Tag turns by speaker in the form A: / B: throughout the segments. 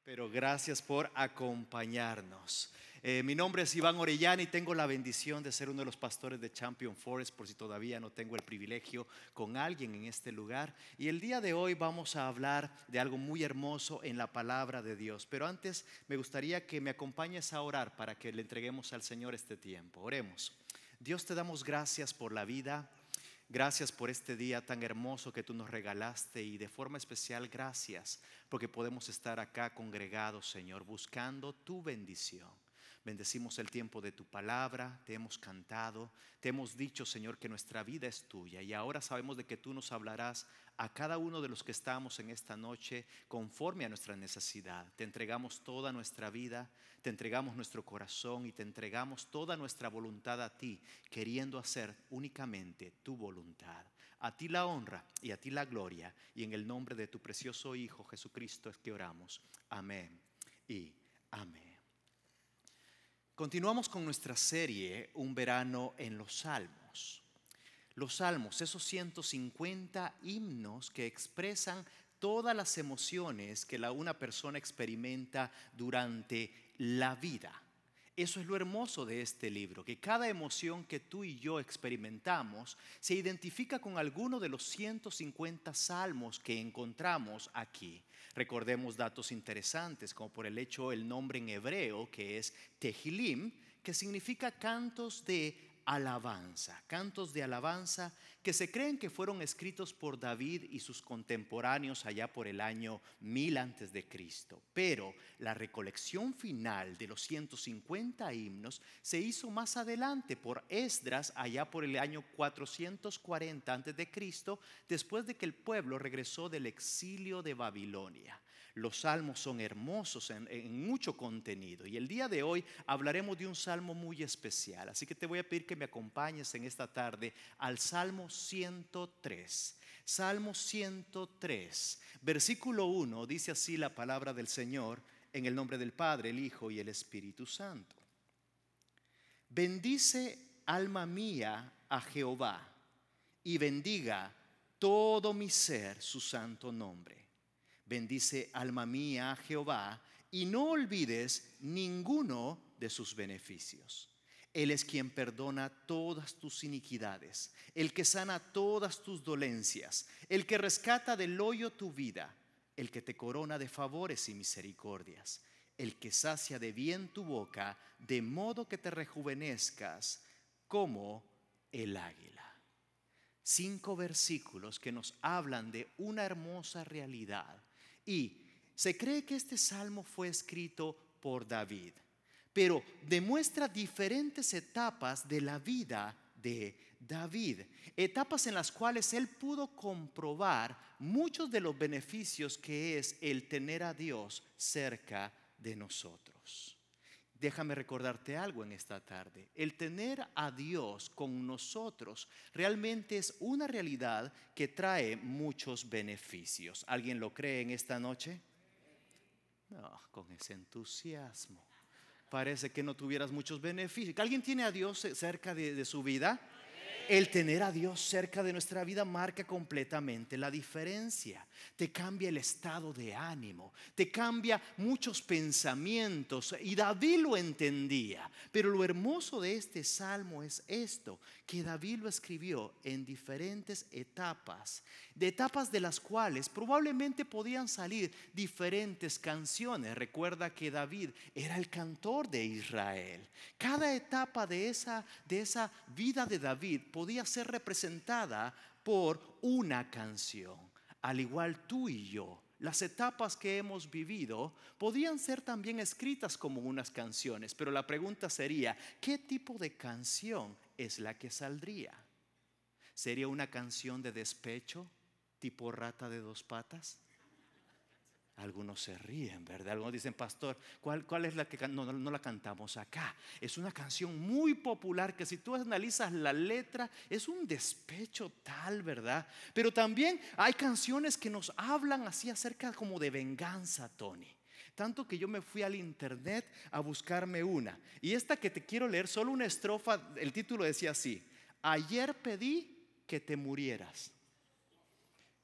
A: Pero gracias por acompañarnos. Mi nombre es Iván Orellana y tengo la bendición de ser uno de los pastores de Champion Forest, por si todavía no tengo el privilegio con alguien en este lugar. Y el día de hoy vamos a hablar de algo muy hermoso en la palabra de Dios. Pero antes me gustaría que me acompañes a orar para que le entreguemos al Señor este tiempo. Oremos. Dios, te damos gracias por la vida. Gracias por este día tan hermoso que tú nos regalaste y de forma especial gracias porque podemos estar acá congregados, Señor, buscando tu bendición. Bendecimos el tiempo de tu palabra, te hemos cantado, te hemos dicho, Señor, que nuestra vida es tuya y ahora sabemos de que tú nos hablarás a cada uno de los que estamos en esta noche conforme a nuestra necesidad. Te entregamos toda nuestra vida, te entregamos nuestro corazón y te entregamos toda nuestra voluntad a ti, queriendo hacer únicamente tu voluntad. A ti la honra y a ti la gloria, y en el nombre de tu precioso Hijo Jesucristo es que oramos. Amén y amén. Continuamos con nuestra serie Un verano en los Salmos. Los salmos, esos 150 himnos que expresan todas las emociones que una persona experimenta durante la vida. Eso es lo hermoso de este libro, que cada emoción que tú y yo experimentamos se identifica con alguno de los 150 salmos que encontramos aquí. Recordemos datos interesantes, como por el nombre en hebreo, que es Tehilim, que significa cantos de alabanza que se creen que fueron escritos por David y sus contemporáneos allá por el año 1000 antes de Cristo. Pero la recolección final de los 150 himnos se hizo más adelante por Esdras allá por el año 440 antes de Cristo, después de que el pueblo regresó del exilio de Babilonia. Los salmos son hermosos en mucho contenido y el día de hoy hablaremos de un salmo muy especial. Así que te voy a pedir que me acompañes en esta tarde al Salmo 103. Salmo 103, versículo 1, dice así la palabra del Señor, en el nombre del Padre, el Hijo y el Espíritu Santo. Bendice, alma mía, a Jehová, y bendiga todo mi ser su santo nombre. Bendice, alma mía, a Jehová, y no olvides ninguno de sus beneficios. Él es quien perdona todas tus iniquidades, el que sana todas tus dolencias, el que rescata del hoyo tu vida, el que te corona de favores y misericordias, el que sacia de bien tu boca, de modo que te rejuvenezcas como el águila. 5 versículos que nos hablan de una hermosa realidad. Y se cree que este salmo fue escrito por David, pero demuestra diferentes etapas de la vida de David, etapas en las cuales él pudo comprobar muchos de los beneficios que es el tener a Dios cerca de nosotros. Déjame recordarte algo en esta tarde. El tener a Dios con nosotros realmente es una realidad que trae muchos beneficios. ¿Alguien lo cree en esta noche? No, con ese entusiasmo. Parece que no tuvieras muchos beneficios. ¿Alguien tiene a Dios cerca de su vida? El tener a Dios cerca de nuestra vida marca completamente la diferencia. Te cambia el estado de ánimo, te cambia muchos pensamientos, y David lo entendía. Pero lo hermoso de este salmo es esto, que David lo escribió en diferentes etapas, de etapas de las cuales probablemente podían salir diferentes canciones. Recuerda que David era el cantor de Israel. Cada etapa de esa vida de David podía ser representada por una canción. Al igual tú y yo, las etapas que hemos vivido podían ser también escritas como unas canciones, pero la pregunta sería, ¿qué tipo de canción es la que saldría? ¿Sería una canción de despecho, tipo Rata de dos patas? Algunos se ríen, ¿verdad? Algunos dicen, pastor, ¿cuál es la que no la cantamos acá? Es una canción muy popular que si tú analizas la letra es un despecho tal, ¿verdad? Pero también hay canciones que nos hablan así acerca como de venganza, Tony. Tanto que yo me fui al internet a buscarme una. Y esta que te quiero leer, solo una estrofa, el título decía así: ayer pedí que te murieras.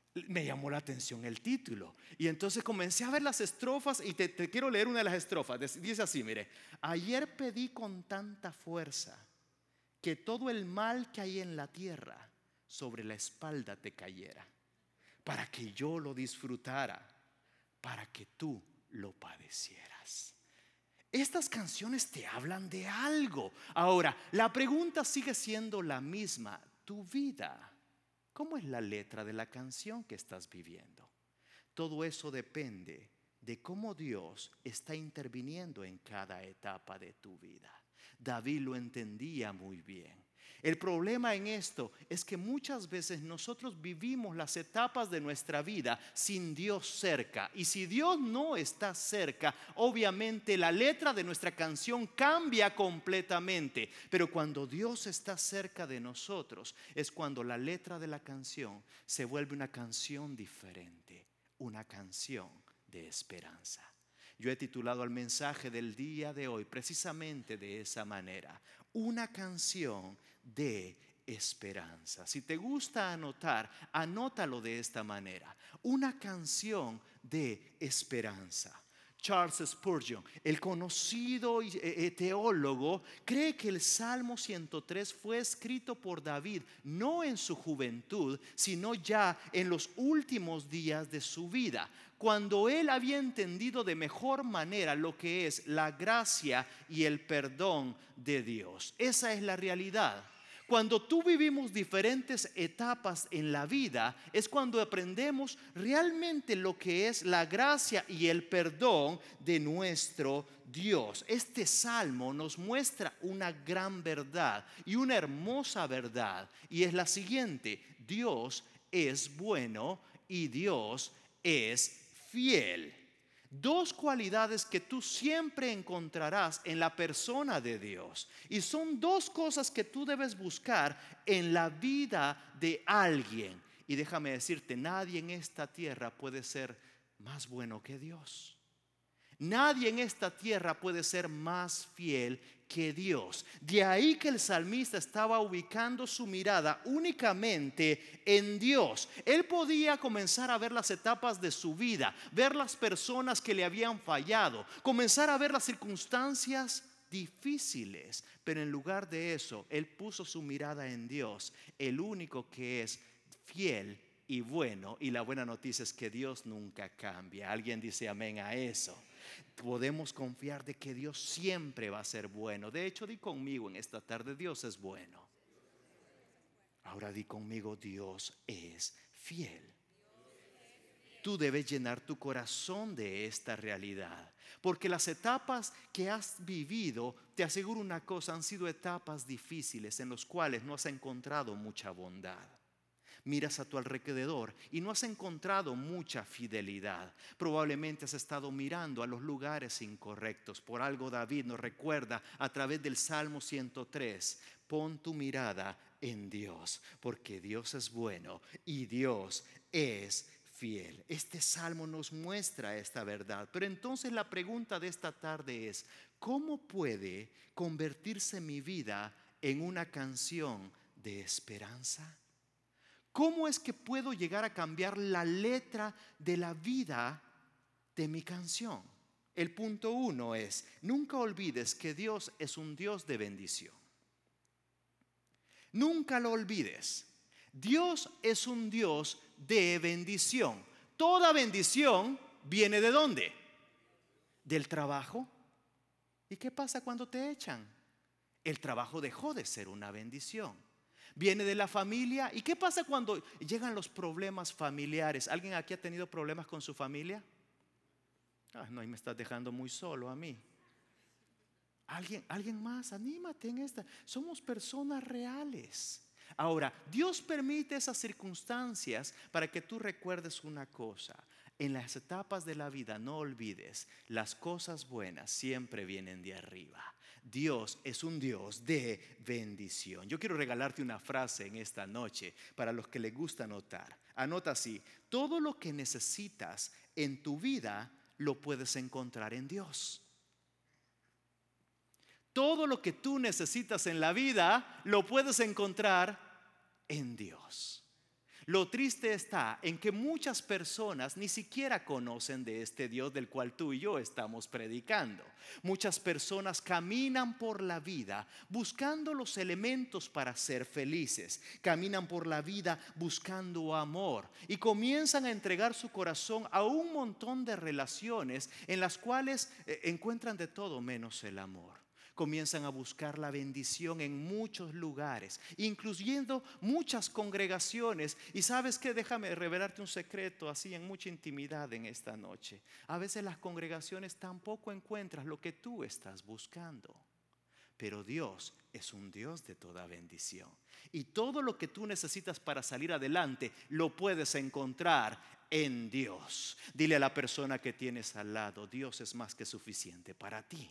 A: Me llamó la atención el título. Y entonces comencé a ver las estrofas y te quiero leer una de las estrofas. Dice así, mire: ayer pedí con tanta fuerza que todo el mal que hay en la tierra sobre la espalda te cayera, para que yo lo disfrutara, para que tú lo padecieras. Estas canciones te hablan de algo. Ahora, la pregunta sigue siendo la misma. Tu vida, ¿cómo es la letra de la canción que estás viviendo? Todo eso depende de cómo Dios está interviniendo en cada etapa de tu vida. David lo entendía muy bien. El problema en esto es que muchas veces nosotros vivimos las etapas de nuestra vida sin Dios cerca. Y si Dios no está cerca, obviamente la letra de nuestra canción cambia completamente. Pero cuando Dios está cerca de nosotros, es cuando la letra de la canción se vuelve una canción diferente, una canción de esperanza. Yo he titulado el mensaje del día de hoy precisamente de esa manera: una canción de esperanza. Si te gusta anotar, anótalo de esta manera: una canción de esperanza. Charles Spurgeon, el conocido teólogo, cree que el Salmo 103 fue escrito por David no en su juventud, sino ya en los últimos días de su vida, cuando él había entendido de mejor manera lo que es la gracia y el perdón de Dios. Esa es la realidad. Cuando tú vivimos diferentes etapas en la vida, es cuando aprendemos realmente lo que es la gracia y el perdón de nuestro Dios. Este salmo nos muestra una gran verdad y una hermosa verdad, y es la siguiente: Dios es bueno y Dios es fiel. Dos cualidades que tú siempre encontrarás en la persona de Dios, y son dos cosas que tú debes buscar en la vida de alguien. Y déjame decirte, nadie en esta tierra puede ser más bueno que Dios. Nadie en esta tierra puede ser más fiel que Dios. De ahí que el salmista estaba ubicando su mirada únicamente en Dios. Él podía comenzar a ver las etapas de su vida, ver las personas que le habían fallado, comenzar a ver las circunstancias difíciles, pero en lugar de eso, él puso su mirada en Dios, el único que es fiel y bueno. Y la buena noticia es que Dios nunca cambia. ¿Alguien dice amén a eso? Podemos confiar de que Dios siempre va a ser bueno. De hecho, di conmigo en esta tarde: Dios es bueno. Ahora di conmigo: Dios es fiel. Tú debes llenar tu corazón de esta realidad, porque las etapas que has vivido, te aseguro una cosa, han sido etapas difíciles en las cuales no has encontrado mucha bondad. Miras a tu alrededor y no has encontrado mucha fidelidad. Probablemente has estado mirando a los lugares incorrectos. Por algo David nos recuerda a través del Salmo 103: pon tu mirada en Dios, porque Dios es bueno y Dios es fiel. Este salmo nos muestra esta verdad. Pero entonces la pregunta de esta tarde es: ¿cómo puede convertirse mi vida en una canción de esperanza? ¿Cómo es que puedo llegar a cambiar la letra de la vida de mi canción? El punto 1 es: nunca olvides que Dios es un Dios de bendición. Nunca lo olvides. Dios es un Dios de bendición. Toda bendición viene ¿de dónde? Del trabajo. ¿Y qué pasa cuando te echan? El trabajo dejó de ser una bendición. Viene de la familia. ¿Y qué pasa cuando llegan los problemas familiares? ¿Alguien aquí ha tenido problemas con su familia? No, y me estás dejando muy solo a mí. ¿Alguien más? Anímate en esta. Somos personas reales. Ahora, Dios permite esas circunstancias para que tú recuerdes una cosa: en las etapas de la vida no olvides, las cosas buenas siempre vienen de arriba. Dios es un Dios de bendición. Yo quiero regalarte una frase en esta noche para los que les gusta anotar. Anota así: todo lo que necesitas en tu vida lo puedes encontrar en Dios. Todo lo que tú necesitas en la vida lo puedes encontrar en Dios. Lo triste está en que muchas personas ni siquiera conocen de este Dios del cual tú y yo estamos predicando. Muchas personas caminan por la vida buscando los elementos para ser felices. Caminan por la vida buscando amor y comienzan a entregar su corazón a un montón de relaciones en las cuales encuentran de todo menos el amor. Comienzan a buscar la bendición en muchos lugares, incluyendo muchas congregaciones. Y sabes qué, déjame revelarte un secreto así en mucha intimidad en esta noche. A veces las congregaciones tampoco encuentran lo que tú estás buscando. Pero Dios es un Dios de toda bendición. Y todo lo que tú necesitas para salir adelante lo puedes encontrar en Dios. Dile a la persona que tienes al lado: Dios es más que suficiente para ti.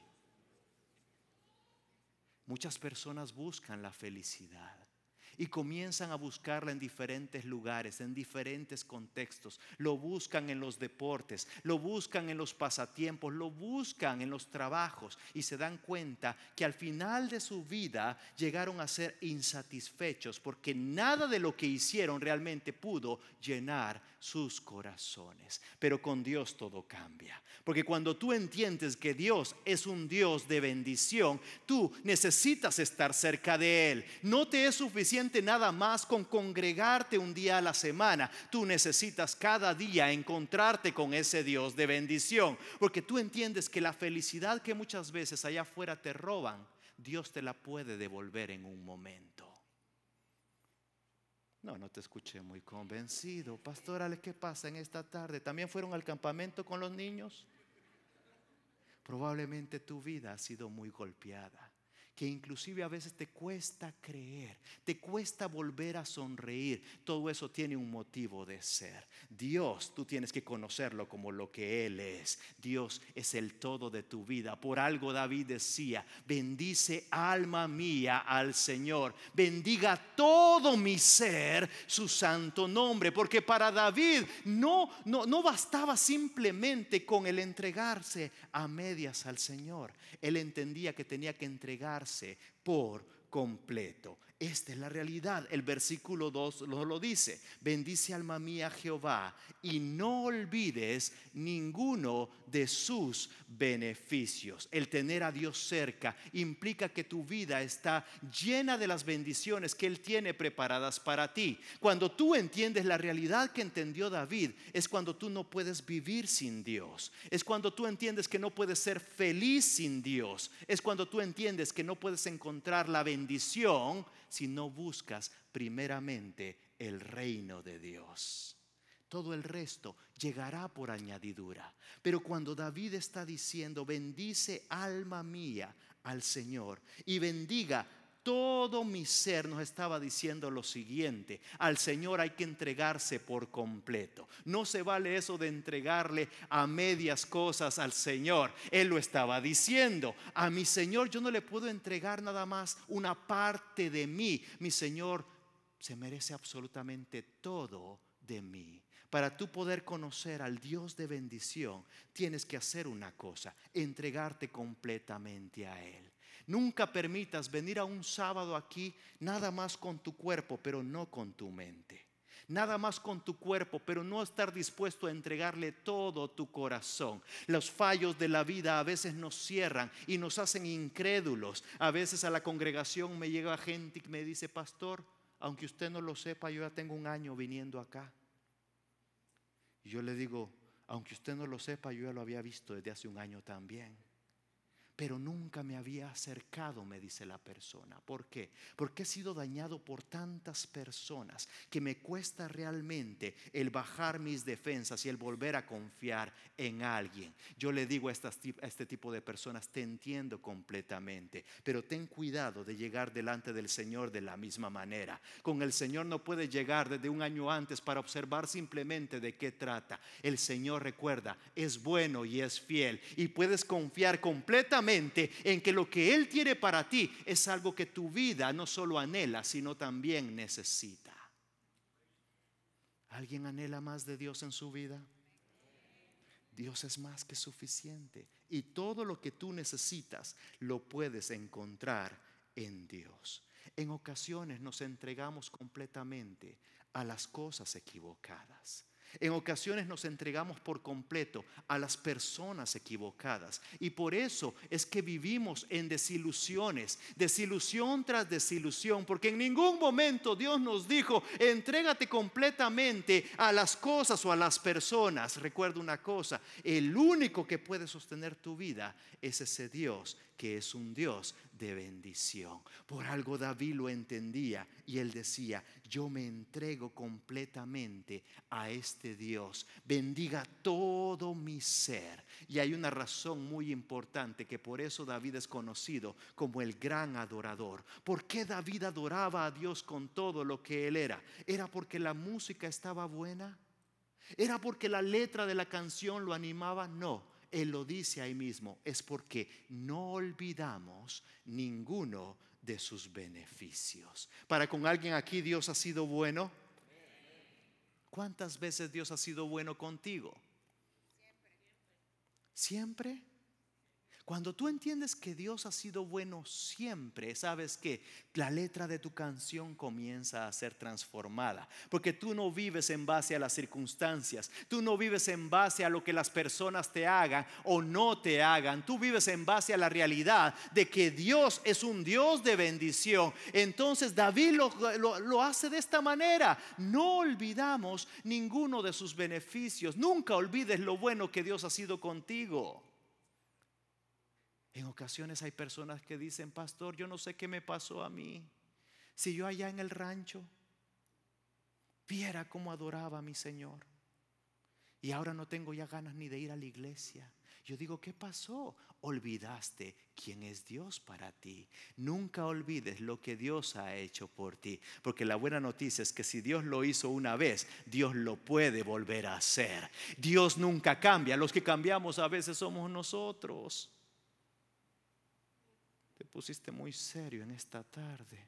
A: Muchas personas buscan la felicidad y comienzan a buscarla en diferentes lugares, en diferentes contextos. Lo buscan en los deportes, lo buscan en los pasatiempos, lo buscan en los trabajos y se dan cuenta que al final de su vida llegaron a ser insatisfechos porque nada de lo que hicieron realmente pudo llenar sus corazones. Pero con Dios todo cambia, porque cuando tú entiendes que Dios es un Dios de bendición, tú necesitas estar cerca de Él. No te es suficiente nada más con congregarte un día a la semana. Tú necesitas cada día encontrarte con ese Dios de bendición, porque tú entiendes que la felicidad que muchas veces allá afuera te roban, Dios te la puede devolver en un momento. No te escuché muy convencido. Pastora, ¿qué pasa en esta tarde? ¿También fueron al campamento con los niños? Probablemente tu vida ha sido muy golpeada, que inclusive a veces te cuesta creer, te cuesta volver a sonreír. Todo eso tiene un motivo de ser. Dios, tú tienes que conocerlo como lo que Él es. Dios es el todo de tu vida. Por algo David decía: bendice alma mía al Señor, bendiga todo mi ser su santo nombre. Porque para David no bastaba simplemente con el entregarse a medias al Señor. Él entendía que tenía que entregarse por completo. Esta es la realidad. El versículo 2 lo dice: bendice alma mía a Jehová y no olvides ninguno de sus beneficios. El tener a Dios cerca implica que tu vida está llena de las bendiciones que Él tiene preparadas para ti. Cuando tú entiendes la realidad que entendió David, es cuando tú no puedes vivir sin Dios. Es cuando tú entiendes que no puedes ser feliz sin Dios. Es cuando tú entiendes que no puedes encontrar la bendición si no buscas primeramente el reino de Dios. Todo el resto llegará por añadidura. Pero cuando David está diciendo: bendice alma mía al Señor y bendiga todo mi ser, nos estaba diciendo lo siguiente: al Señor hay que entregarse por completo. No se vale eso de entregarle a medias cosas al Señor. Él lo estaba diciendo: a mi Señor yo no le puedo entregar nada más una parte de mí. Mi Señor se merece absolutamente todo de mí. Para tú poder conocer al Dios de bendición, tienes que hacer una cosa: entregarte completamente a Él. Nunca permitas venir a un sábado aquí nada más con tu cuerpo, pero no con tu mente. Nada más con tu cuerpo, pero no estar dispuesto a entregarle todo tu corazón. Los fallos de la vida a veces nos cierran y nos hacen incrédulos. A veces a la congregación me llega gente que me dice: pastor, aunque usted no lo sepa, yo ya tengo un año viniendo acá. Y yo le digo: aunque usted no lo sepa, yo ya lo había visto desde hace un año también. Pero nunca me había acercado, me dice la persona. ¿Por qué? Porque he sido dañado por tantas personas que me cuesta realmente el bajar mis defensas y el volver a confiar en alguien. Yo le digo a este tipo de personas: te entiendo completamente, pero ten cuidado de llegar delante del Señor de la misma manera. Con el Señor no puedes llegar desde un año antes para observar simplemente de qué trata. El Señor, recuerda, es bueno y es fiel, y puedes confiar completamente en que lo que Él tiene para ti es algo que tu vida no solo anhela, sino también necesita. ¿Alguien anhela más de Dios en su vida? Dios es más que suficiente, y todo lo que tú necesitas lo puedes encontrar en Dios. En ocasiones nos entregamos completamente a las cosas equivocadas. En ocasiones nos entregamos por completo a las personas equivocadas, y por eso es que vivimos en desilusiones, desilusión tras desilusión, porque en ningún momento Dios nos dijo: entrégate completamente a las cosas o a las personas. Recuerda una cosa: el único que puede sostener tu vida es ese Dios, que es un Dios de bendición. Por algo David lo entendía y él decía: yo me entrego completamente a este Dios, bendiga todo mi ser. Y hay una razón muy importante, que por eso David es conocido como el gran adorador. ¿Por qué David adoraba a Dios con todo lo que él era? ¿Era porque la música estaba buena? ¿Era porque la letra de la canción lo animaba? No. Él lo dice ahí mismo: es porque no olvidamos ninguno de sus beneficios. Para con alguien aquí, Dios ha sido bueno. ¿Cuántas veces Dios ha sido bueno contigo? ¿Siempre? Cuando tú entiendes que Dios ha sido bueno siempre, ¿sabes qué? La letra de tu canción comienza a ser transformada, porque tú no vives en base a las circunstancias, tú no vives en base a lo que las personas te hagan o no te hagan, tú vives en base a la realidad de que Dios es un Dios de bendición. Entonces David lo hace de esta manera: no olvidamos ninguno de sus beneficios. Nunca olvides lo bueno que Dios ha sido contigo. En ocasiones hay personas que dicen: pastor, yo no sé qué me pasó a mí. Si yo allá en el rancho viera cómo adoraba a mi Señor, y ahora no tengo ya ganas ni de ir a la iglesia. Yo digo: ¿qué pasó? Olvidaste quién es Dios para ti. Nunca olvides lo que Dios ha hecho por ti, porque la buena noticia es que si Dios lo hizo una vez, Dios lo puede volver a hacer. Dios nunca cambia. Los que cambiamos a veces somos nosotros. Te pusiste muy serio en esta tarde.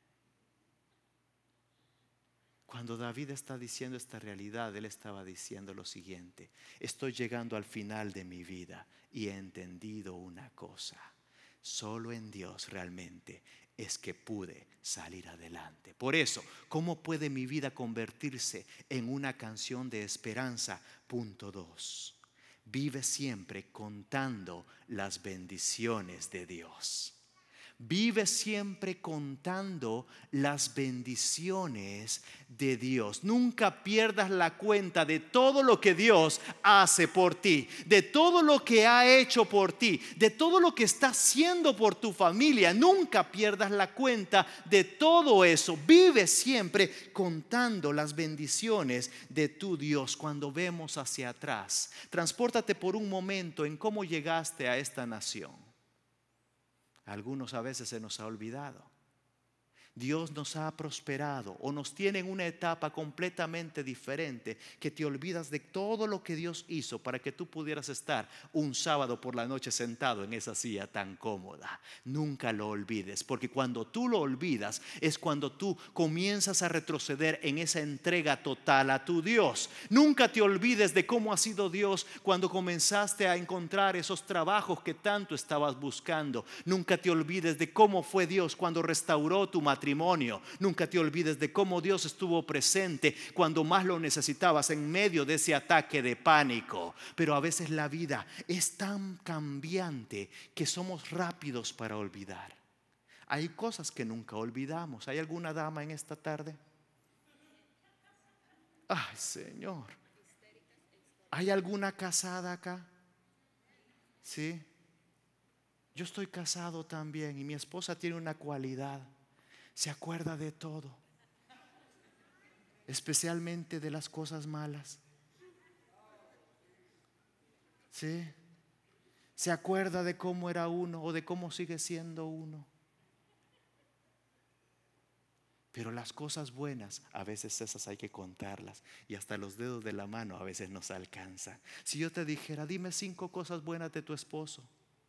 A: Cuando David está diciendo esta realidad, él estaba diciendo lo siguiente: estoy llegando al final de mi vida y he entendido una cosa: solo en Dios realmente es que pude salir adelante. Por eso, ¿cómo puede mi vida convertirse en una canción de esperanza? Punto 2: vive siempre contando las bendiciones de Dios. Vive siempre contando las bendiciones de Dios. Nunca pierdas la cuenta de todo lo que Dios hace por ti, de todo lo que ha hecho por ti, de todo lo que está haciendo por tu familia. Nunca pierdas la cuenta de todo eso. Vive siempre contando las bendiciones de tu Dios. Cuando vemos hacia atrás, transpórtate por un momento en cómo llegaste a esta nación. Algunos a veces se nos ha olvidado. Dios nos ha prosperado o nos tiene en una etapa completamente diferente, que te olvidas de todo lo que Dios hizo para que tú pudieras estar un sábado por la noche sentado en esa silla tan cómoda. Nunca lo olvides, porque cuando tú lo olvidas es cuando tú comienzas a retroceder en esa entrega total a tu Dios. Nunca te olvides de cómo ha sido Dios cuando comenzaste a encontrar esos trabajos que tanto estabas buscando. Nunca te olvides de cómo fue Dios cuando restauró tu matrimonio. Nunca te olvides de cómo Dios estuvo presente cuando más lo necesitabas, en medio de ese ataque de pánico. Pero a veces la vida es tan cambiante que somos rápidos para olvidar. Hay cosas que nunca olvidamos. ¿Hay alguna dama en esta tarde? Ay, Señor. ¿Hay alguna casada acá? Sí. Yo estoy casado también, y mi esposa tiene una cualidad: se acuerda de todo, especialmente de las cosas malas. ¿Sí? Se acuerda de cómo era uno o de cómo sigue siendo uno. Pero las cosas buenas, a veces esas hay que contarlas, y hasta los dedos de la mano a veces nos alcanzan. Si yo te dijera: dime 5 cosas buenas de tu esposo.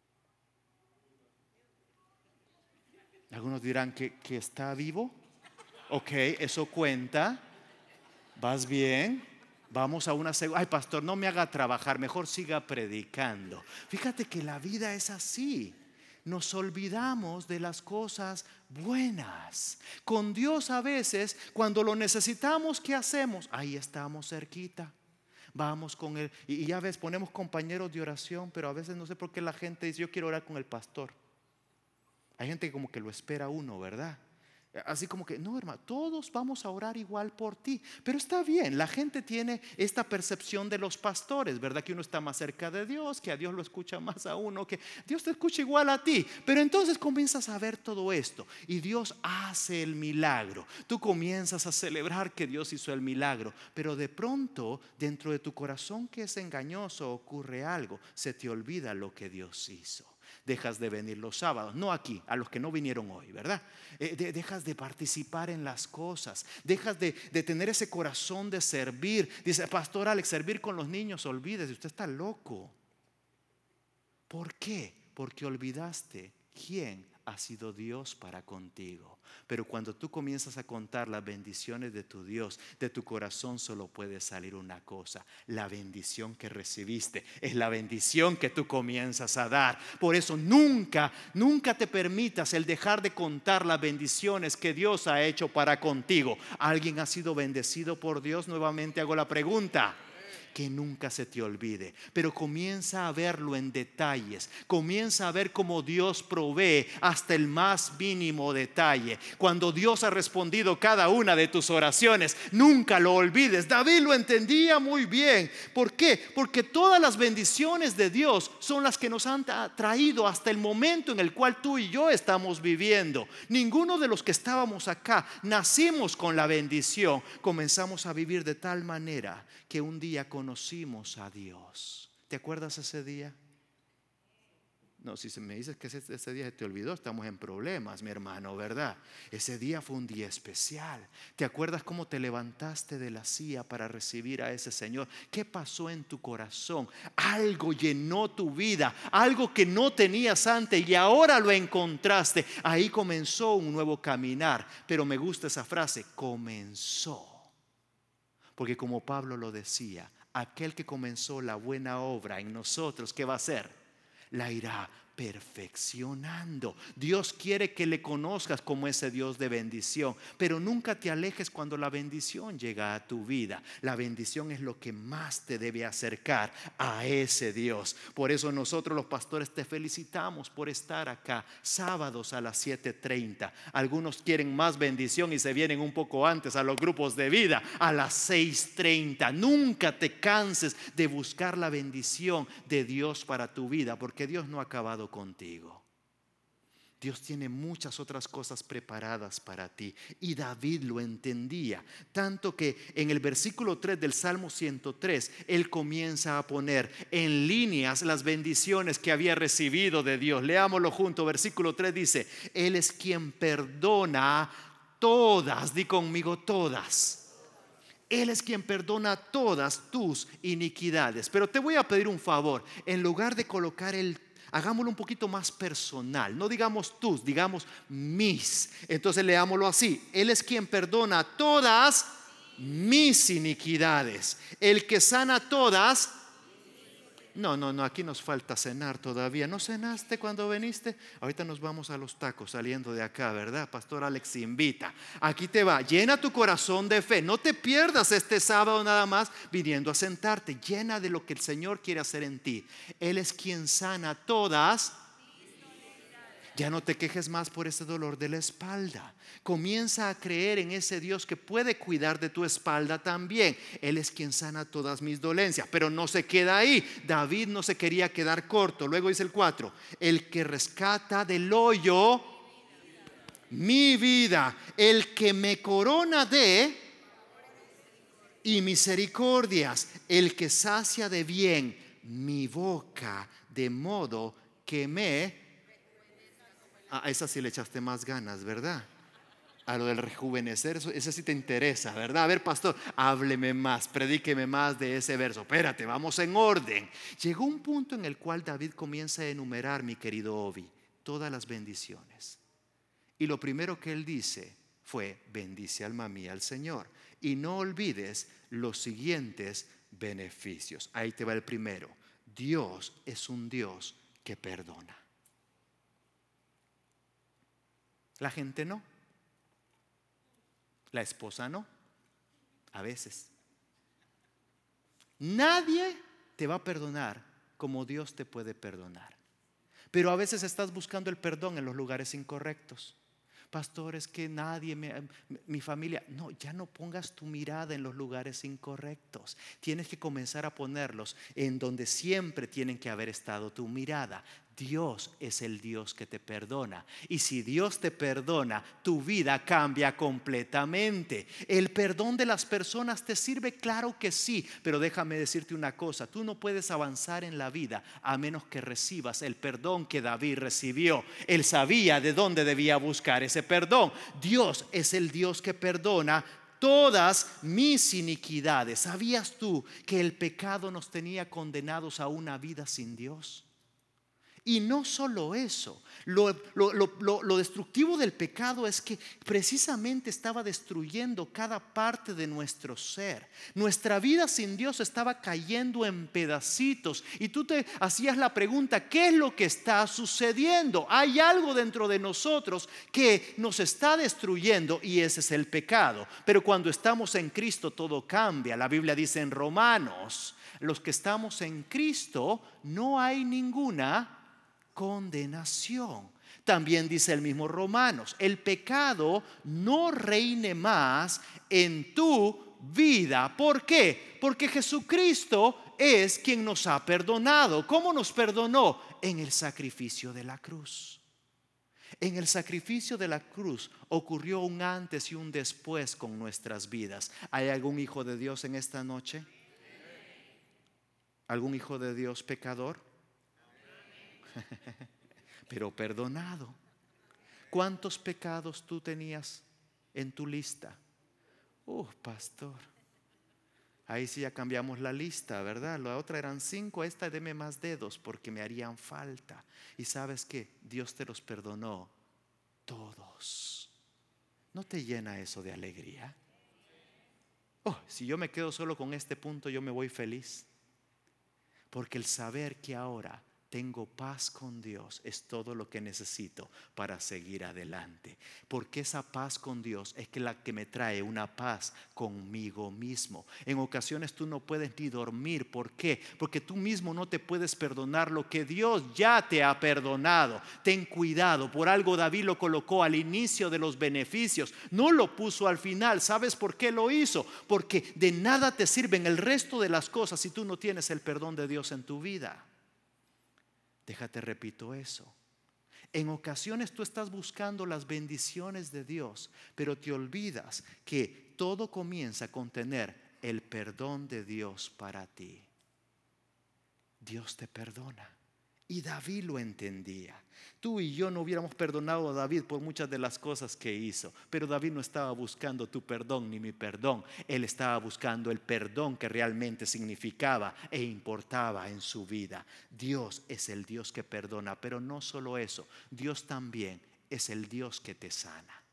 A: Algunos dirán que está vivo. Ok, eso cuenta. ¿Vas bien? Vamos a una segunda. Ay, pastor, no me haga trabajar, mejor siga predicando. Fíjate que la vida es así. nos olvidamos de las cosas buenas. Con Dios a veces, cuando lo necesitamos, ¿qué hacemos? Ahí estamos cerquita. Vamos con Él. Y ya ves, ponemos compañeros de oración, pero a veces no sé por qué la gente dice, yo quiero orar con el pastor. Hay gente que como que lo espera uno, ¿verdad? Así como que, no, hermano, todos vamos a orar igual por ti. Pero está bien, la gente tiene esta percepción de los pastores, ¿verdad? Que uno está más cerca de Dios, que a Dios lo escucha más a uno, que Dios te escucha igual a ti. Pero entonces comienzas a ver todo esto y Dios hace el milagro. Tú comienzas a celebrar que Dios hizo el milagro, pero de pronto dentro de tu corazón, que es engañoso, ocurre algo. Se te olvida lo que Dios hizo. Dejas de venir los sábados, no aquí, a los que no vinieron hoy, ¿verdad? Dejas de participar en las cosas, dejas de tener ese corazón de servir. Dice, pastor Alex, servir con los niños, olvídese, usted está loco. ¿Por qué? Porque olvidaste quién ha sido Dios para contigo. Pero cuando tú comienzas a contar las bendiciones de tu Dios, de tu corazón solo puede salir una cosa: la bendición que recibiste es la bendición que tú comienzas a dar. Por eso nunca te permitas el dejar de contar las bendiciones que Dios ha hecho para contigo. ¿Alguien ha sido bendecido por Dios? Nuevamente hago la pregunta. Que nunca se te olvide, pero comienza a verlo en detalles. Comienza a ver cómo Dios provee hasta el más mínimo detalle. Cuando Dios ha respondido cada una de tus oraciones, nunca lo olvides. David lo entendía muy bien. ¿Por qué? Porque todas las bendiciones de Dios son las que nos han traído hasta el momento en el cual tú y yo estamos viviendo. Ninguno de los que estábamos acá nacimos con la bendición. Comenzamos a vivir de tal manera que un día conocimos a Dios. ¿Te acuerdas ese día? No, si me dices que ese día se te olvidó, estamos en problemas, mi hermano, ¿verdad? Ese día fue un día especial. ¿Te acuerdas cómo te levantaste de la silla para recibir a ese Señor? ¿Qué pasó en tu corazón? Algo llenó tu vida, algo que no tenías antes y ahora lo encontraste. Ahí comenzó un nuevo caminar. Pero me gusta esa frase, comenzó. Porque como Pablo lo decía, aquel que comenzó la buena obra en nosotros, ¿qué va a hacer? La irá perfeccionando. Dios quiere que le conozcas como ese Dios de bendición, pero nunca te alejes cuando la bendición llega a tu vida. La bendición es lo que más te debe acercar a ese Dios. Por eso nosotros los pastores te felicitamos por estar acá sábados a las 7:30. Algunos quieren más bendición y se vienen un poco antes a los grupos de vida a las 6:30. Nunca te canses de buscar la bendición de Dios para tu vida, porque Dios no ha acabado contigo. Dios tiene muchas otras cosas preparadas para ti. Y David lo entendía, tanto que en el versículo 3 del Salmo 103 él comienza a poner en líneas las bendiciones que había recibido de Dios. Leámoslo junto. Versículo 3 dice: Él es quien perdona todas, di conmigo, todas. Él es quien perdona todas tus iniquidades. Pero te voy a pedir un favor. En lugar de colocar hagámoslo un poquito más personal. No digamos tus, digamos mis. Entonces leámoslo así: Él es quien perdona todas mis iniquidades. El que sana todas. No, aquí nos falta cenar todavía. ¿No cenaste cuando viniste? Ahorita nos vamos a los tacos saliendo de acá, ¿verdad? Pastor Alex invita. Aquí te va, llena tu corazón de fe. No te pierdas este sábado nada más viniendo a sentarte. Llena de lo que el Señor quiere hacer en ti. Él es quien sana todas. Ya no te quejes más por ese dolor de la espalda. Comienza a creer en ese Dios que puede cuidar de tu espalda también. Él es quien sana todas mis dolencias. Pero no se queda ahí. David no se quería quedar corto. Luego dice el 4: el que rescata del hoyo mi vida, el que me corona de y misericordias, el que sacia de bien mi boca, de modo que a esa sí le echaste más ganas, ¿verdad? A lo del rejuvenecer, ese sí te interesa, ¿verdad? A ver, pastor, hábleme más, predíqueme más de ese verso. Espérate, vamos en orden. Llegó un punto en el cual David comienza a enumerar, mi querido Obi, todas las bendiciones. Y lo primero que él dice fue: bendice alma mía al Señor, y no olvides los siguientes beneficios. Ahí te va el primero: Dios es un Dios que perdona. La gente no. La esposa no. A veces. Nadie te va a perdonar como Dios te puede perdonar. Pero a veces estás buscando el perdón en los lugares incorrectos. Pastor, es que nadie, mi familia. No, ya no pongas tu mirada en los lugares incorrectos. Tienes que comenzar a ponerlos en donde siempre tienen que haber estado tu mirada. Dios es el Dios que te perdona. Y si Dios te perdona, tu vida cambia completamente. ¿El perdón de las personas te sirve? Claro que sí. Pero déjame decirte una cosa. Tú no puedes avanzar en la vida a menos que recibas el perdón que David recibió. Él sabía de dónde debía buscar ese perdón. Dios es el Dios que perdona todas mis iniquidades. ¿Sabías tú que el pecado nos tenía condenados a una vida sin Dios? Y no solo eso, lo destructivo del pecado es que precisamente estaba destruyendo cada parte de nuestro ser. Nuestra vida sin Dios estaba cayendo en pedacitos. Y tú te hacías la pregunta, ¿qué es lo que está sucediendo? Hay algo dentro de nosotros que nos está destruyendo y ese es el pecado. Pero cuando estamos en Cristo todo cambia. La Biblia dice en Romanos, los que estamos en Cristo no hay ninguna condenación. También dice el mismo Romanos, el pecado no reine más en tu vida. ¿Por qué? Porque Jesucristo es quien nos ha perdonado. ¿Cómo nos perdonó? En el sacrificio de la cruz. En el sacrificio de la cruz ocurrió un antes y un después con nuestras vidas. ¿Hay algún hijo de Dios en esta noche? ¿Algún hijo de Dios pecador? Pero perdonado. ¿Cuántos pecados tú tenías en tu lista? Pastor, ahí sí ya cambiamos la lista, ¿verdad? La otra eran 5, esta deme más dedos porque me harían falta. Y sabes que Dios te los perdonó todos. ¿No te llena eso de alegría? Si yo me quedo solo con este punto, yo me voy feliz. Porque el saber que ahora tengo paz con Dios es todo lo que necesito para seguir adelante. Porque esa paz con Dios es la que me trae una paz conmigo mismo. En ocasiones tú no puedes ni dormir. ¿Por qué? Porque tú mismo no te puedes perdonar lo que Dios ya te ha perdonado. Ten cuidado. Por algo David lo colocó al inicio de los beneficios. No lo puso al final. ¿Sabes por qué lo hizo? Porque de nada te sirven el resto de las cosas si tú no tienes el perdón de Dios en tu vida. Déjate repito eso. En ocasiones tú estás buscando las bendiciones de Dios, pero te olvidas que todo comienza con tener el perdón de Dios para ti. Dios te perdona. Y David lo entendía. Tú y yo no hubiéramos perdonado a David por muchas de las cosas que hizo. Pero David no estaba buscando tu perdón ni mi perdón. Él estaba buscando el perdón que realmente significaba e importaba en su vida. Dios es el Dios que perdona. Pero no solo eso. Dios también es el Dios que te sana.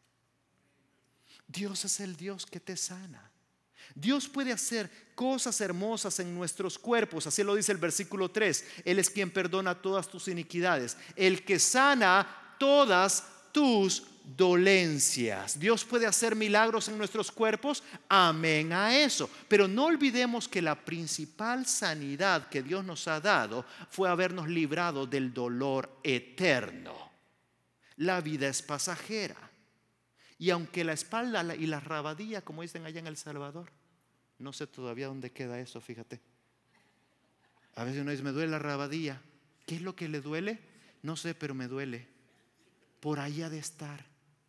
A: Dios es el Dios que te sana. Dios puede hacer cosas hermosas en nuestros cuerpos. Así lo dice el versículo 3. Él es quien perdona todas tus iniquidades, el que sana todas tus dolencias. Dios puede hacer milagros en nuestros cuerpos. Amén a eso. Pero no olvidemos que la principal sanidad que Dios nos ha dado fue habernos librado del dolor eterno. La vida es pasajera. Y aunque la espalda y la rabadilla, como dicen allá en El Salvador, no sé todavía dónde queda eso, fíjate. A veces uno dice, me duele la rabadilla. ¿Qué es lo que le duele? No sé, pero me duele. Por ahí ha de estar.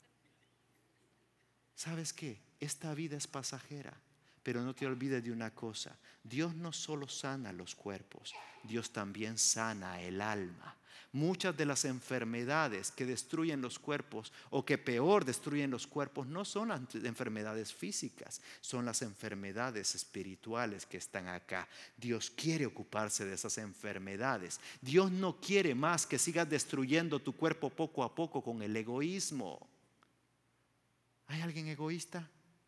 A: ¿Sabes qué? Esta vida es pasajera. Pero no te olvides de una cosa. Dios no solo sana los cuerpos, Dios también sana el alma. Muchas de las enfermedades que destruyen los cuerpos o que peor destruyen los cuerpos no son las enfermedades físicas, son las enfermedades espirituales que están acá. Dios quiere ocuparse de esas enfermedades. Dios no quiere más que sigas destruyendo tu cuerpo poco a poco con el egoísmo. ¿Hay alguien egoísta?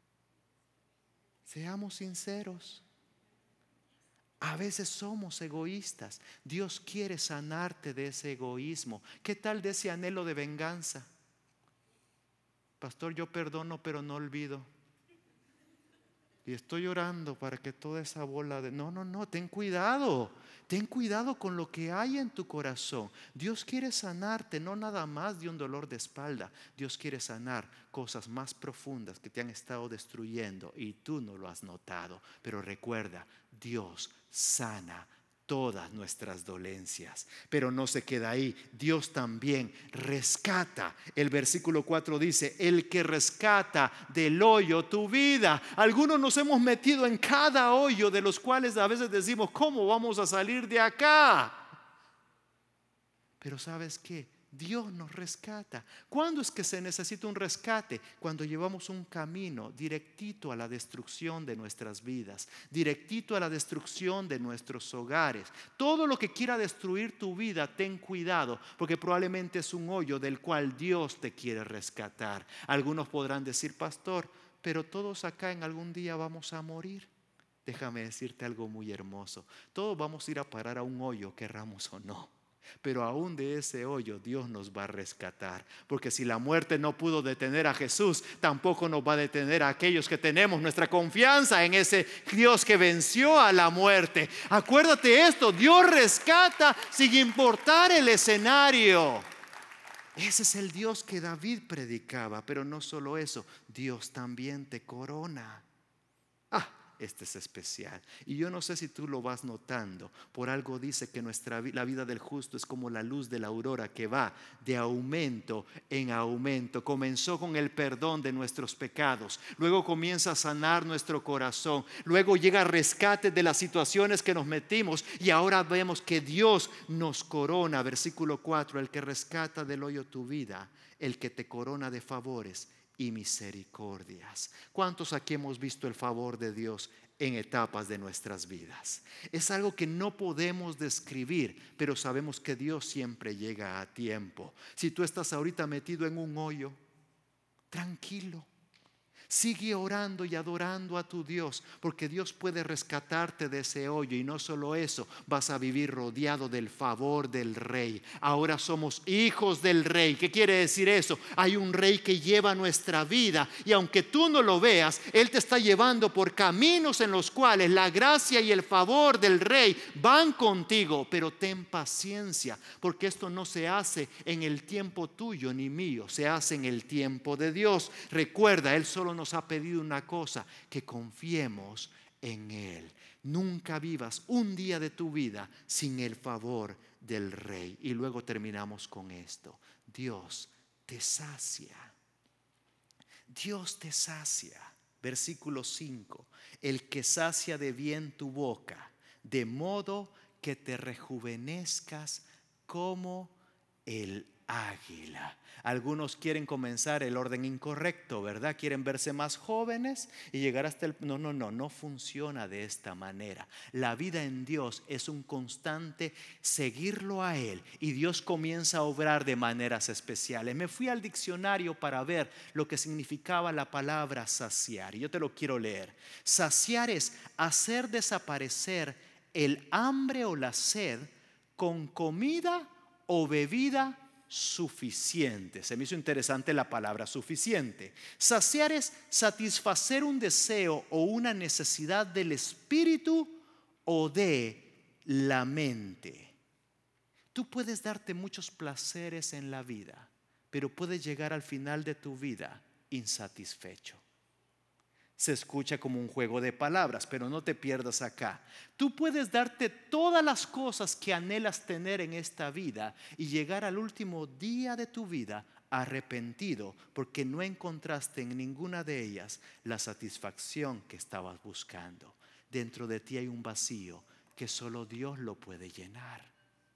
A: Seamos sinceros. A veces somos egoístas. Dios quiere sanarte de ese egoísmo. ¿Qué tal de ese anhelo de venganza? pastor, yo perdono pero no olvido. Y estoy orando para que toda esa bola de... No, ten cuidado. Ten cuidado con lo que hay en tu corazón. Dios quiere sanarte, no nada más de un dolor de espalda. Dios quiere sanar cosas más profundas que te han estado destruyendo y tú no lo has notado. Pero recuerda, Dios sana todas nuestras dolencias, pero no se queda ahí. Dios también rescata. El versículo 4 dice: el que rescata del hoyo tu vida. Algunos nos hemos metido en cada hoyo de los cuales a veces decimos, ¿cómo vamos a salir de acá? Pero ¿sabes qué? Dios nos rescata. ¿Cuándo es que se necesita un rescate? Cuando llevamos un camino directito a la destrucción de nuestras vidas, directito a la destrucción de nuestros hogares. Todo lo que quiera destruir tu vida, ten cuidado, porque probablemente es un hoyo del cual Dios te quiere rescatar. Algunos podrán decir, pastor, pero todos acá en algún día vamos a morir. Déjame decirte algo muy hermoso. Todos vamos a ir a parar a un hoyo, querramos o no. Pero aún de ese hoyo Dios nos va a rescatar, porque si la muerte no pudo detener a Jesús, tampoco nos va a detener a aquellos que tenemos nuestra confianza en ese Dios que venció a la muerte. Acuérdate esto: Dios rescata sin importar el escenario. Ese es el Dios que David predicaba. Pero no solo eso, Dios también te corona. Este es especial. Y yo no sé si tú lo vas notando. Por algo dice que la vida del justo es como la luz de la aurora, que va de aumento en aumento. Comenzó con el perdón de nuestros pecados, luego comienza a sanar nuestro corazón, luego llega rescate de las situaciones que nos metimos, y ahora vemos que Dios nos corona. Versículo 4: el que rescata del hoyo tu vida, el que te corona de favores y misericordias. ¿Cuántos aquí hemos visto el favor de Dios en etapas de nuestras vidas? Es algo que no podemos describir, pero sabemos que Dios siempre llega a tiempo. Si tú estás ahorita metido en un hoyo, tranquilo. Sigue orando y adorando a tu Dios, porque Dios puede rescatarte de ese hoyo. Y no solo eso, vas a vivir rodeado del favor del Rey. Ahora somos hijos del Rey. ¿Qué quiere decir eso? Hay un Rey que lleva nuestra vida, y aunque tú no lo veas, Él te está llevando por caminos en los cuales la gracia y el favor del Rey van contigo. Pero ten paciencia, porque esto no se hace en el tiempo tuyo ni mío, se hace en el tiempo de Dios. Recuerda, Él solo nos ha pedido una cosa: que confiemos en Él. Nunca vivas un día de tu vida sin el favor del Rey. Y luego terminamos con esto: Dios te sacia. Dios te sacia. Versículo 5: el que sacia de bien tu boca, de modo que te rejuvenezcas como el águila. Algunos quieren comenzar el orden incorrecto, ¿verdad? Quieren verse más jóvenes y llegar hasta el... No funciona de esta manera. La vida en Dios es un constante seguirlo a Él, y Dios comienza a obrar de maneras especiales. Me fui al diccionario para ver lo que significaba la palabra saciar, y yo te lo quiero leer. Saciar es hacer desaparecer el hambre o la sed con comida o bebida suficiente. Se me hizo interesante la palabra suficiente. Saciar es satisfacer un deseo o una necesidad del espíritu o de la mente. Tú puedes darte muchos placeres en la vida, pero puedes llegar al final de tu vida insatisfecho. Se escucha como un juego de palabras, pero no te pierdas acá. Tú puedes darte todas las cosas que anhelas tener en esta vida y llegar al último día de tu vida arrepentido, porque no encontraste en ninguna de ellas la satisfacción que estabas buscando. Dentro de ti hay un vacío que solo Dios lo puede llenar.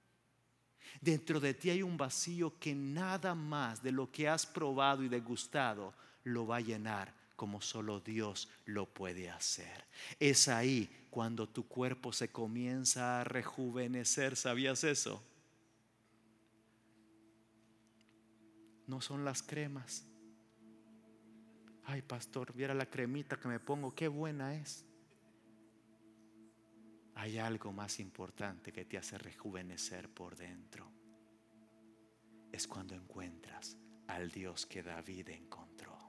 A: Dentro de ti hay un vacío que nada más de lo que has probado y degustado lo va a llenar, como solo Dios lo puede hacer. Es ahí cuando tu cuerpo se comienza a rejuvenecer. ¿Sabías eso? No son las cremas. Ay, pastor, viera la cremita que me pongo, qué buena es. Hay algo más importante que te hace rejuvenecer por dentro. Es cuando encuentras al Dios que David encontró.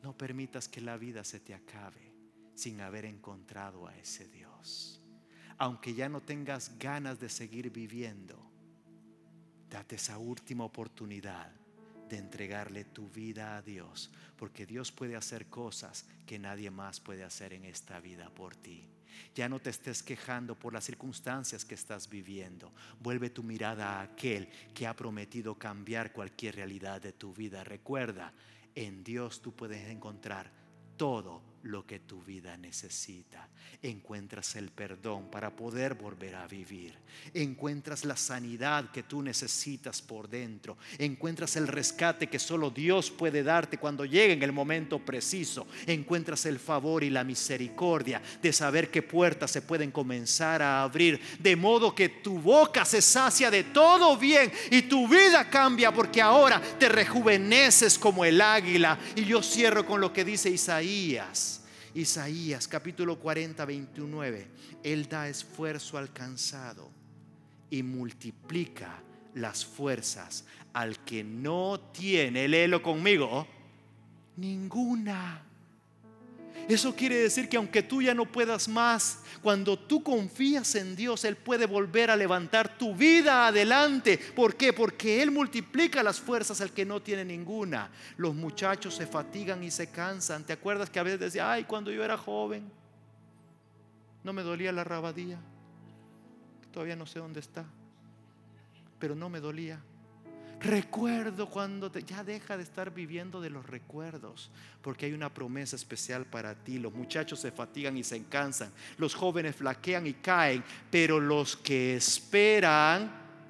A: No permitas que la vida se te acabe sin haber encontrado a ese Dios. Aunque ya no tengas ganas de seguir viviendo, date esa última oportunidad de entregarle tu vida a Dios, porque Dios puede hacer cosas que nadie más puede hacer en esta vida por ti. Ya no te estés quejando por las circunstancias que estás viviendo. Vuelve tu mirada a aquel que ha prometido cambiar cualquier realidad de tu vida. Recuerda, en Dios tú puedes encontrar todo lo que tu vida necesita. Encuentras el perdón para poder volver a vivir. Encuentras la sanidad que tú necesitas por dentro. Encuentras el rescate que solo Dios puede darte cuando llegue en el momento preciso. Encuentras el favor y la misericordia de saber qué puertas se pueden comenzar a abrir, de modo que tu boca se sacia de todo bien y tu vida cambia, porque ahora te rejuveneces como el águila. Y yo cierro con lo que dice Isaías capítulo 40, 29. Él da esfuerzo al cansado y multiplica las fuerzas al que no tiene, léelo conmigo, ninguna. Eso quiere decir que aunque tú ya no puedas más, cuando tú confías en Dios, Él puede volver a levantar tu vida adelante. ¿Por qué? Porque Él multiplica las fuerzas al que no tiene ninguna. Los muchachos se fatigan y se cansan. ¿Te acuerdas que a veces decía, ay, cuando yo era joven no me dolía la rabadilla? Todavía no sé dónde está, pero no me dolía. Recuerdo cuando ya deja de estar viviendo de los recuerdos, porque hay una promesa especial para ti. Los muchachos se fatigan y se cansan, los jóvenes flaquean y caen, pero los que esperan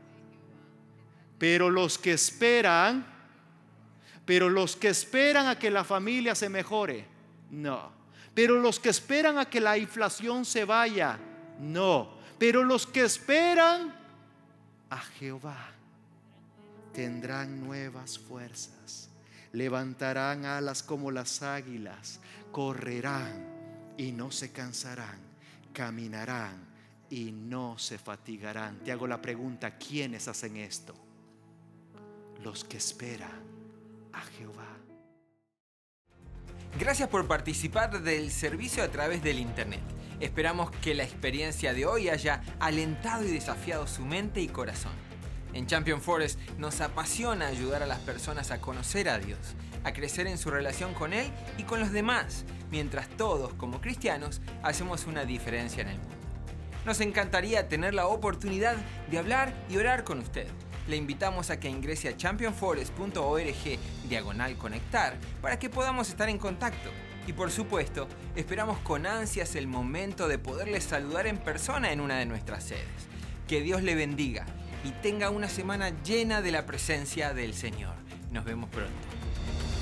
A: a que la familia se mejore, no. Pero los que esperan a que la inflación se vaya, no. Pero los que esperan a Jehová tendrán nuevas fuerzas, levantarán alas como las águilas, correrán y no se cansarán, caminarán y no se fatigarán. Te hago la pregunta, ¿quiénes hacen esto? Los que esperan a Jehová.
B: Gracias por participar del servicio a través del internet. Esperamos que la experiencia de hoy haya alentado y desafiado su mente y corazón. En Champion Forest nos apasiona ayudar a las personas a conocer a Dios, a crecer en su relación con Él y con los demás, mientras todos, como cristianos, hacemos una diferencia en el mundo. Nos encantaría tener la oportunidad de hablar y orar con usted. Le invitamos a que ingrese a championforest.org/conectar para que podamos estar en contacto. Y por supuesto, esperamos con ansias el momento de poderle saludar en persona en una de nuestras sedes. Que Dios le bendiga y tenga una semana llena de la presencia del Señor. Nos vemos pronto.